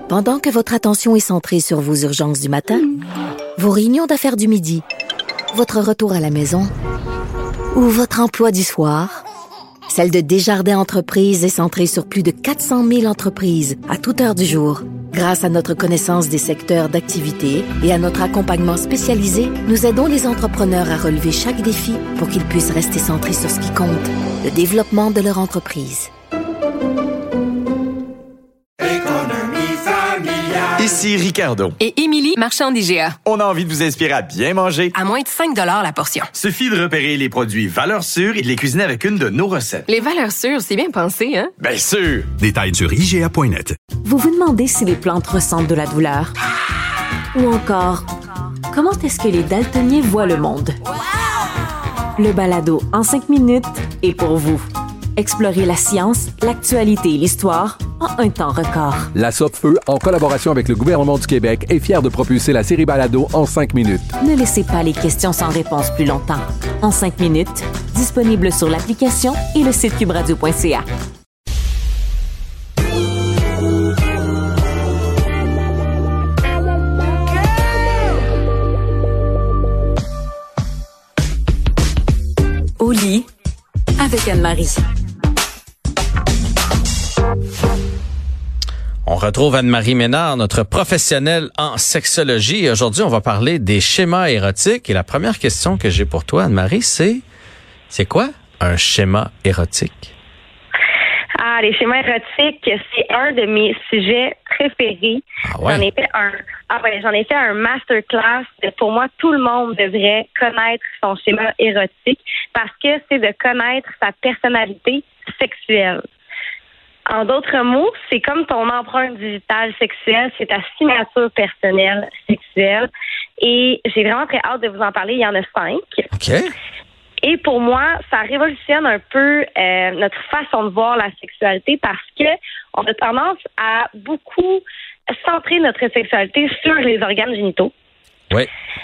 Pendant que votre attention est centrée sur vos urgences du matin, vos réunions d'affaires du midi, votre retour à la maison ou votre emploi du soir, celle de Desjardins Entreprises est centrée sur plus de 400 000 entreprises à toute heure du jour. Grâce à notre connaissance des secteurs d'activité et à notre accompagnement spécialisé, nous aidons les entrepreneurs à relever chaque défi pour qu'ils puissent rester centrés sur ce qui compte, le développement de leur entreprise. Ici Ricardo. Et Émilie, marchand d'IGA. On a envie de vous inspirer à bien manger. À moins de 5 $ la portion. Suffit de repérer les produits valeurs sûres et de les cuisiner avec une de nos recettes. Les valeurs sûres, c'est bien pensé, hein? Bien sûr! Détails sur IGA.net. Vous vous demandez si les plantes ressentent de la douleur? Ou encore, comment est-ce que les daltoniens voient le monde? Le balado en 5 minutes est pour vous. Explorez la science, l'actualité et l'histoire en un temps record. La Sopfeu, en collaboration avec le gouvernement du Québec, est fière de propulser la série Balado en 5 minutes. Ne laissez pas les questions sans réponse plus longtemps. En 5 minutes, disponible sur l'application et le site cubradio.ca. Au lit, avec Anne-Marie. On retrouve Anne-Marie Ménard, notre professionnelle en sexologie. Et aujourd'hui, on va parler des schémas érotiques. Et la première question que j'ai pour toi, Anne-Marie, c'est quoi un schéma érotique? Ah, les schémas érotiques, c'est un de mes sujets préférés. Ah ouais? J'en ai fait un masterclass. Pour moi, tout le monde devrait connaître son schéma érotique parce que c'est de connaître sa personnalité sexuelle. En d'autres mots, c'est comme ton empreinte digitale sexuelle, c'est ta signature personnelle sexuelle. Et j'ai vraiment très hâte de vous en parler. Il y en a 5. OK. Et pour moi, ça révolutionne un peu notre façon de voir la sexualité parce que on a tendance à beaucoup centrer notre sexualité sur les organes génitaux. Oui.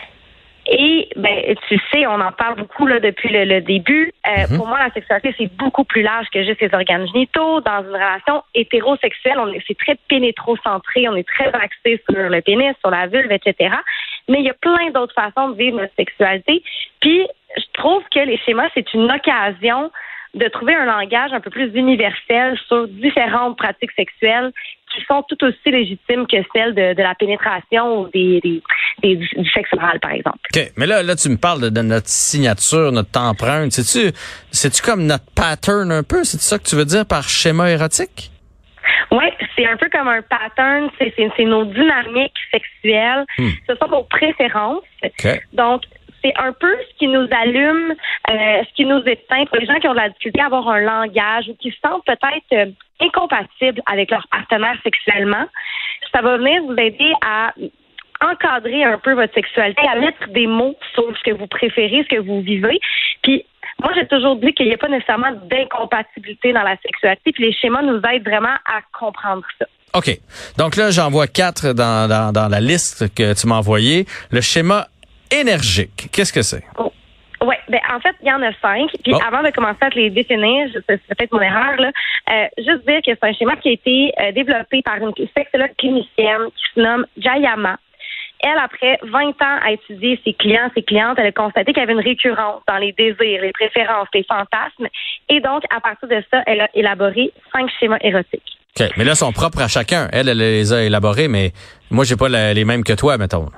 Et tu sais, on en parle beaucoup là depuis le début. Pour moi, la sexualité, c'est beaucoup plus large que juste les organes génitaux. Dans une relation hétérosexuelle, c'est très pénétrocentré, on est très axé sur le pénis, sur la vulve, etc. Mais il y a plein d'autres façons de vivre notre sexualité. Puis, je trouve que les schémas, c'est une occasion de trouver un langage un peu plus universel sur différentes pratiques sexuelles qui sont tout aussi légitimes que celles de la pénétration ou du sexe oral, par exemple. OK. Mais là, tu me parles de notre signature, notre empreinte. C'est-tu comme notre pattern un peu? C'est ça que tu veux dire par schéma érotique? Oui, c'est un peu comme un pattern. C'est nos dynamiques sexuelles. Ce sont nos préférences. Okay. Donc, c'est un peu ce qui nous allume, ce qui nous éteint. Pour les gens qui ont de la difficulté à avoir un langage ou qui se sentent peut-être incompatibles avec leur partenaire sexuellement, ça va venir vous aider à encadrer un peu votre sexualité, à mettre des mots sur ce que vous préférez, ce que vous vivez. Puis, moi, j'ai toujours dit qu'il n'y a pas nécessairement d'incompatibilité dans la sexualité, puis les schémas nous aident vraiment à comprendre ça. OK. Donc là, j'en vois 4 dans la liste que tu m'as envoyée. Le schéma énergique, qu'est-ce que c'est? Oui, en fait, il y en a 5. Puis avant de commencer à te les définir, c'est peut-être mon erreur, là, juste dire que c'est un schéma qui a été développé par une sexologue clinicienne qui se nomme Jayama. Elle, après 20 ans à étudier ses clients, ses clientes, elle a constaté qu'il y avait une récurrence dans les désirs, les préférences, les fantasmes. Et donc, à partir de ça, elle a élaboré 5 schémas érotiques. OK. Mais là, ils sont propres à chacun. Elle les a élaborés, mais moi, j'ai pas les mêmes que toi, mettons.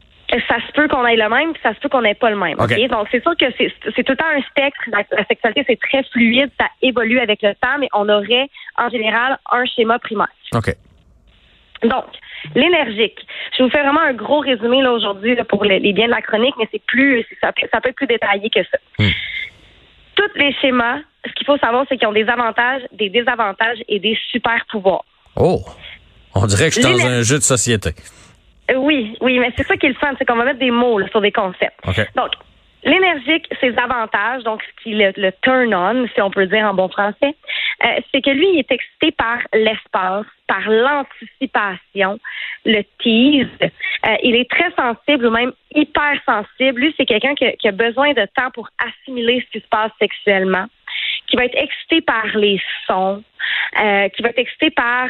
Ça se peut qu'on ait le même, puis ça se peut qu'on n'ait pas le même. Okay. Donc, c'est sûr que c'est tout le temps un spectre. La sexualité, c'est très fluide, ça évolue avec le temps, mais on aurait, en général, un schéma primaire. OK. Donc, l'énergique. Je vous fais vraiment un gros résumé là aujourd'hui là, pour les biens de la chronique, mais ça peut être plus détaillé que ça. Tous les schémas, ce qu'il faut savoir, c'est qu'ils ont des avantages, des désavantages et des super pouvoirs. Oh! On dirait que je suis dans un jeu de société. Oui, mais c'est ça qui est le fun, c'est qu'on va mettre des mots là, sur des concepts. Okay. Donc, l'énergique, ses avantages, donc ce qui le turn-on, si on peut dire en bon français, c'est que lui, il est excité par l'espace, par l'anticipation, le tease. Il est très sensible ou même hyper sensible. Lui, c'est quelqu'un qui a besoin de temps pour assimiler ce qui se passe sexuellement, qui va être excité par les sons, qui va être excité par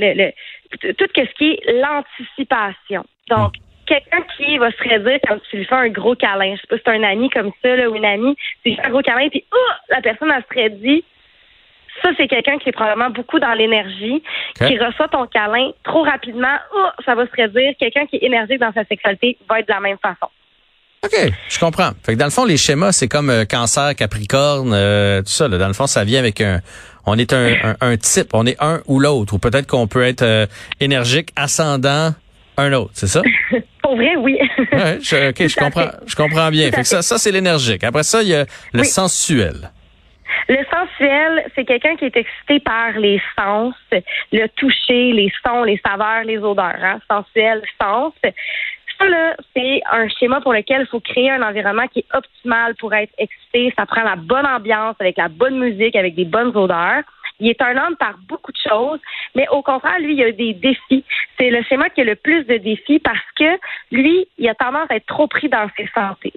tout ce qui est l'anticipation. Donc, quelqu'un qui va se réduire quand tu lui fais un gros câlin. Je sais pas si c'est un ami comme ça, là, ou une amie, tu lui fais un gros câlin, puis la personne, elle se réduit. Ça, c'est quelqu'un qui est probablement beaucoup dans l'énergie, qui reçoit ton câlin trop rapidement, ça va se réduire. Quelqu'un qui est énergique dans sa sexualité va être de la même façon. OK, je comprends. Fait que dans le fond, les schémas, c'est comme Cancer, Capricorne, tout ça. Là. Dans le fond, ça vient avec on est un type, on est un ou l'autre. Ou peut-être qu'on peut être énergique, ascendant, un autre, c'est ça? Pour vrai, oui. Ouais, je comprends bien. Fait que ça c'est l'énergique. Après ça, il y a le sensuel. Le sensuel, c'est quelqu'un qui est excité par les sens, le toucher, les sons, les saveurs, les odeurs. Hein? Sensuel, sens. Ça, là, c'est un schéma pour lequel il faut créer un environnement qui est optimal pour être excité. Ça prend la bonne ambiance, avec la bonne musique, avec des bonnes odeurs. Il est un homme par beaucoup de choses, mais au contraire, lui, il a des défis. C'est le schéma qui a le plus de défis parce que lui, il a tendance à être trop pris dans ses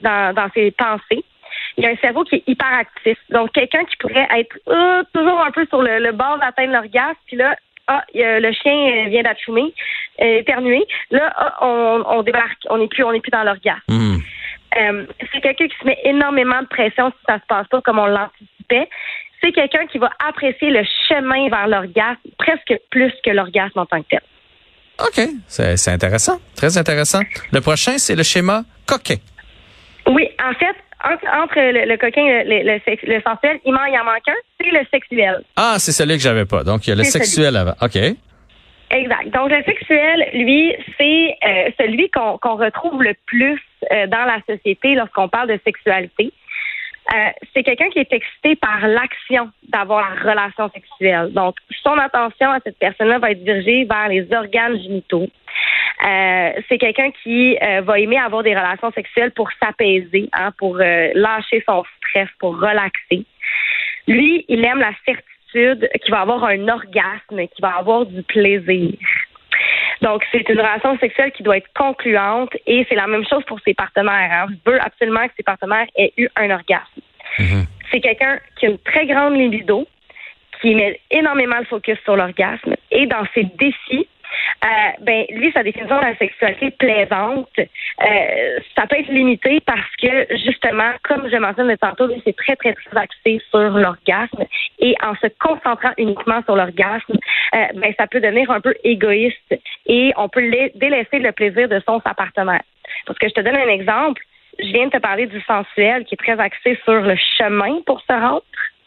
pensées. Il a un cerveau qui est hyperactif. Donc, quelqu'un qui pourrait être toujours un peu sur le bord d'atteindre l'orgasme, puis là, le chien vient d'attumer, éternuer. Là, on débarque, on n'est plus dans l'orgasme. C'est quelqu'un qui se met énormément de pression si ça se passe pas comme on l'anticipait. C'est quelqu'un qui va apprécier le chemin vers l'orgasme presque plus que l'orgasme en tant que tel. OK, c'est intéressant, très intéressant. Le prochain, c'est le schéma coquin. Oui, en fait, entre le coquin et le sensuel, il en manque un, c'est le sexuel. Ah, c'est celui que j'avais pas. Donc, il y a le sexuel avant. OK. Exact. Donc, le sexuel, lui, c'est celui qu'on retrouve le plus dans la société lorsqu'on parle de sexualité. C'est quelqu'un qui est excité par l'action d'avoir la relation sexuelle. Donc, son attention à cette personne-là va être dirigée vers les organes génitaux. C'est quelqu'un qui va aimer avoir des relations sexuelles pour s'apaiser, pour lâcher son stress, pour relaxer. Lui, il aime la certitude qu'il va avoir un orgasme, qu'il va avoir du plaisir. Donc, c'est une relation sexuelle qui doit être concluante et c'est la même chose pour ses partenaires. Il veut absolument que ses partenaires aient eu un orgasme. C'est quelqu'un qui a une très grande libido, qui met énormément le focus sur l'orgasme et dans ses défis, lui, sa définition de la sexualité plaisante, ça peut être limité parce que, justement, comme je mentionnais tantôt, lui, c'est très, très, très axé sur l'orgasme. Et en se concentrant uniquement sur l'orgasme, ça peut devenir un peu égoïste et on peut délaisser le plaisir de sa partenaire. Parce que je te donne un exemple. Je viens de te parler du sensuel qui est très axé sur le chemin pour se rendre.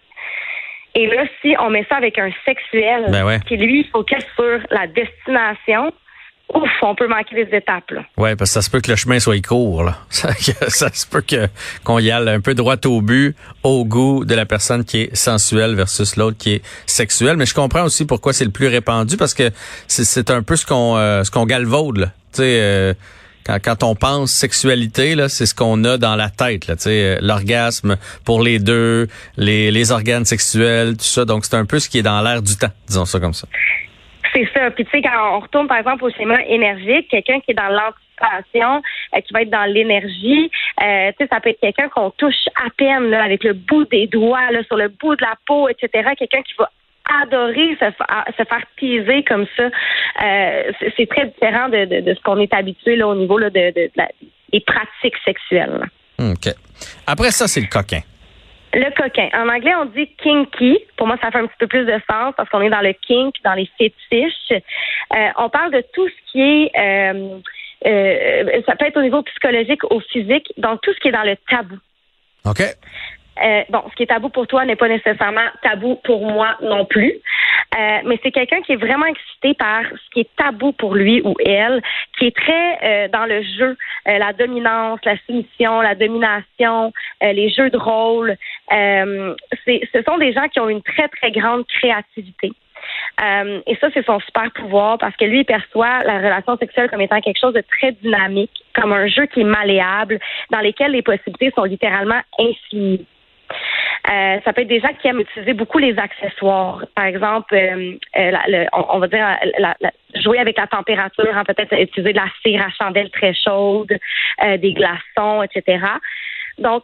Et là, si on met ça avec un sexuel qui, lui, focus sur la destination, on peut manquer des étapes. Oui, parce que ça se peut que le chemin soit court. Là. Ça se peut qu'on y aille un peu droit au but, au goût de la personne qui est sensuelle versus l'autre qui est sexuelle. Mais je comprends aussi pourquoi c'est le plus répandu, parce que c'est un peu ce qu'on galvaude. Là. Tu sais, quand on pense sexualité, là, c'est ce qu'on a dans la tête, là, tu sais, l'orgasme pour les deux, les organes sexuels, tout ça. Donc, c'est un peu ce qui est dans l'air du temps, disons ça comme ça. C'est ça. Puis, tu sais, quand on retourne, par exemple, au schéma énergique, quelqu'un qui est dans l'anticipation, qui va être dans l'énergie, tu sais, ça peut être quelqu'un qu'on touche à peine, là, avec le bout des doigts, là, sur le bout de la peau, etc. Quelqu'un qui va adorer se faire teaser comme ça. C'est très différent de ce qu'on est habitué là, au niveau là, des pratiques sexuelles. OK. Après ça, c'est le coquin. Le coquin. En anglais, on dit kinky. Pour moi, ça fait un petit peu plus de sens parce qu'on est dans le kink, dans les fétiches. On parle de tout ce qui est... ça peut être au niveau psychologique, au physique, donc tout ce qui est dans le tabou. OK. Ce qui est tabou pour toi n'est pas nécessairement tabou pour moi non plus. Mais c'est quelqu'un qui est vraiment excité par ce qui est tabou pour lui ou elle, qui est très dans le jeu, la dominance, la soumission, la domination, les jeux de rôle. Ce sont des gens qui ont une très, très grande créativité. Et ça, c'est son super pouvoir parce que lui, il perçoit la relation sexuelle comme étant quelque chose de très dynamique, comme un jeu qui est malléable, dans lequel les possibilités sont littéralement infinies. Ça peut être des gens qui aiment utiliser beaucoup les accessoires. Par exemple, on va dire jouer avec la température, peut-être utiliser de la cire à chandelle très chaude, des glaçons, etc. Donc,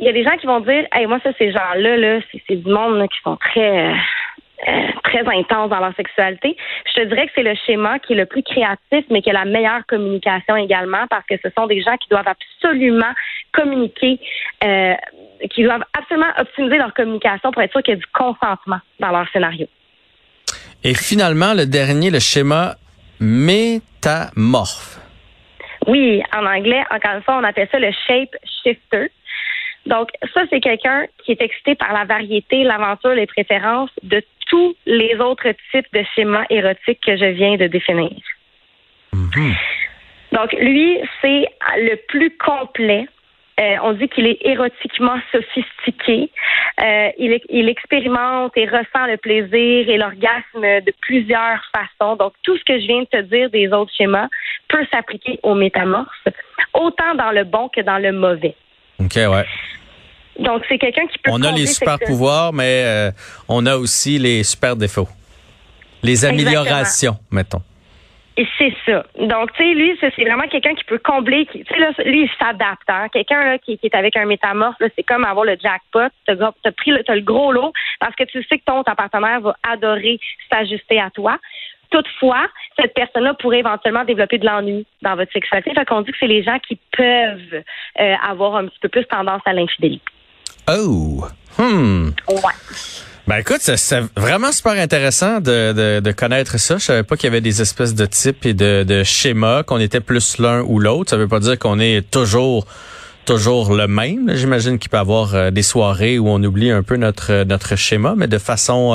il y a des gens qui vont dire, hey, moi, ça, ces gens-là, là, c'est du monde là, qui sont très intenses dans leur sexualité. Je te dirais que c'est le schéma qui est le plus créatif, mais qui a la meilleure communication également, parce que ce sont des gens qui doivent absolument communiquer, qui doivent absolument optimiser leur communication pour être sûr qu'il y a du consentement dans leur scénario. Et finalement, le dernier, le schéma métamorphe. Oui, en anglais, encore une fois, on appelle ça le shape shifter. Donc, ça, c'est quelqu'un qui est excité par la variété, l'aventure, les préférences de tous les autres types de schémas érotiques que je viens de définir. Mm-hmm. Donc, lui, c'est le plus complet. On dit qu'il est érotiquement sophistiqué. Il expérimente et ressent le plaisir et l'orgasme de plusieurs façons. Donc, tout ce que je viens de te dire des autres schémas peut s'appliquer aux métamorphes, autant dans le bon que dans le mauvais. OK, ouais. Donc, c'est quelqu'un qui peut... On a les super pouvoirs, mais on a aussi les super défauts. Les améliorations, mettons. Et c'est ça. Donc, tu sais, lui, c'est vraiment quelqu'un qui peut combler. Tu sais, là, lui, il s'adapte. Hein? Quelqu'un là, qui est avec un métamorphe, là, c'est comme avoir le jackpot. T'as le gros lot parce que tu sais que ta partenaire va adorer s'ajuster à toi. Toutefois, cette personne-là pourrait éventuellement développer de l'ennui dans votre sexualité. Fait qu'on dit que c'est les gens qui peuvent avoir un petit peu plus tendance à l'infidélité. Oh! Ouais. Ben écoute, c'est vraiment super intéressant de connaître ça. Je savais pas qu'il y avait des espèces de types et de schémas, qu'on était plus l'un ou l'autre. Ça veut pas dire qu'on est toujours le même. J'imagine qu'il peut y avoir des soirées où on oublie un peu notre schéma, mais de façon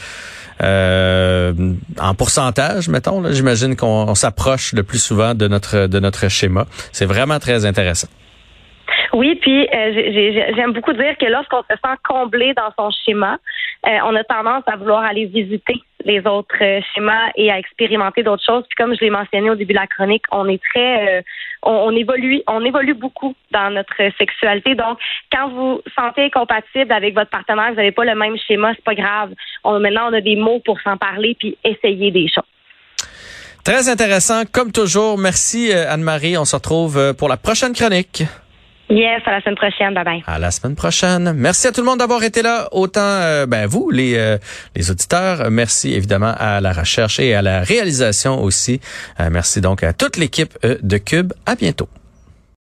en pourcentage, mettons. Là, j'imagine qu'on s'approche le plus souvent de notre schéma. C'est vraiment très intéressant. Oui, puis j'aime beaucoup dire que lorsqu'on se sent comblé dans son schéma, on a tendance à vouloir aller visiter les autres schémas et à expérimenter d'autres choses. Puis comme je l'ai mentionné au début de la chronique, on est on évolue beaucoup dans notre sexualité. Donc, quand vous sentez incompatible avec votre partenaire, vous n'avez pas le même schéma, c'est pas grave. Maintenant, on a des mots pour s'en parler puis essayer des choses. Très intéressant, comme toujours. Merci Anne-Marie. On se retrouve pour la prochaine chronique. Yes, à la semaine prochaine. Bye-bye. À la semaine prochaine. Merci à tout le monde d'avoir été là. Autant, vous, les auditeurs. Merci évidemment à la recherche et à la réalisation aussi. Merci donc à toute l'équipe de Cube. À bientôt.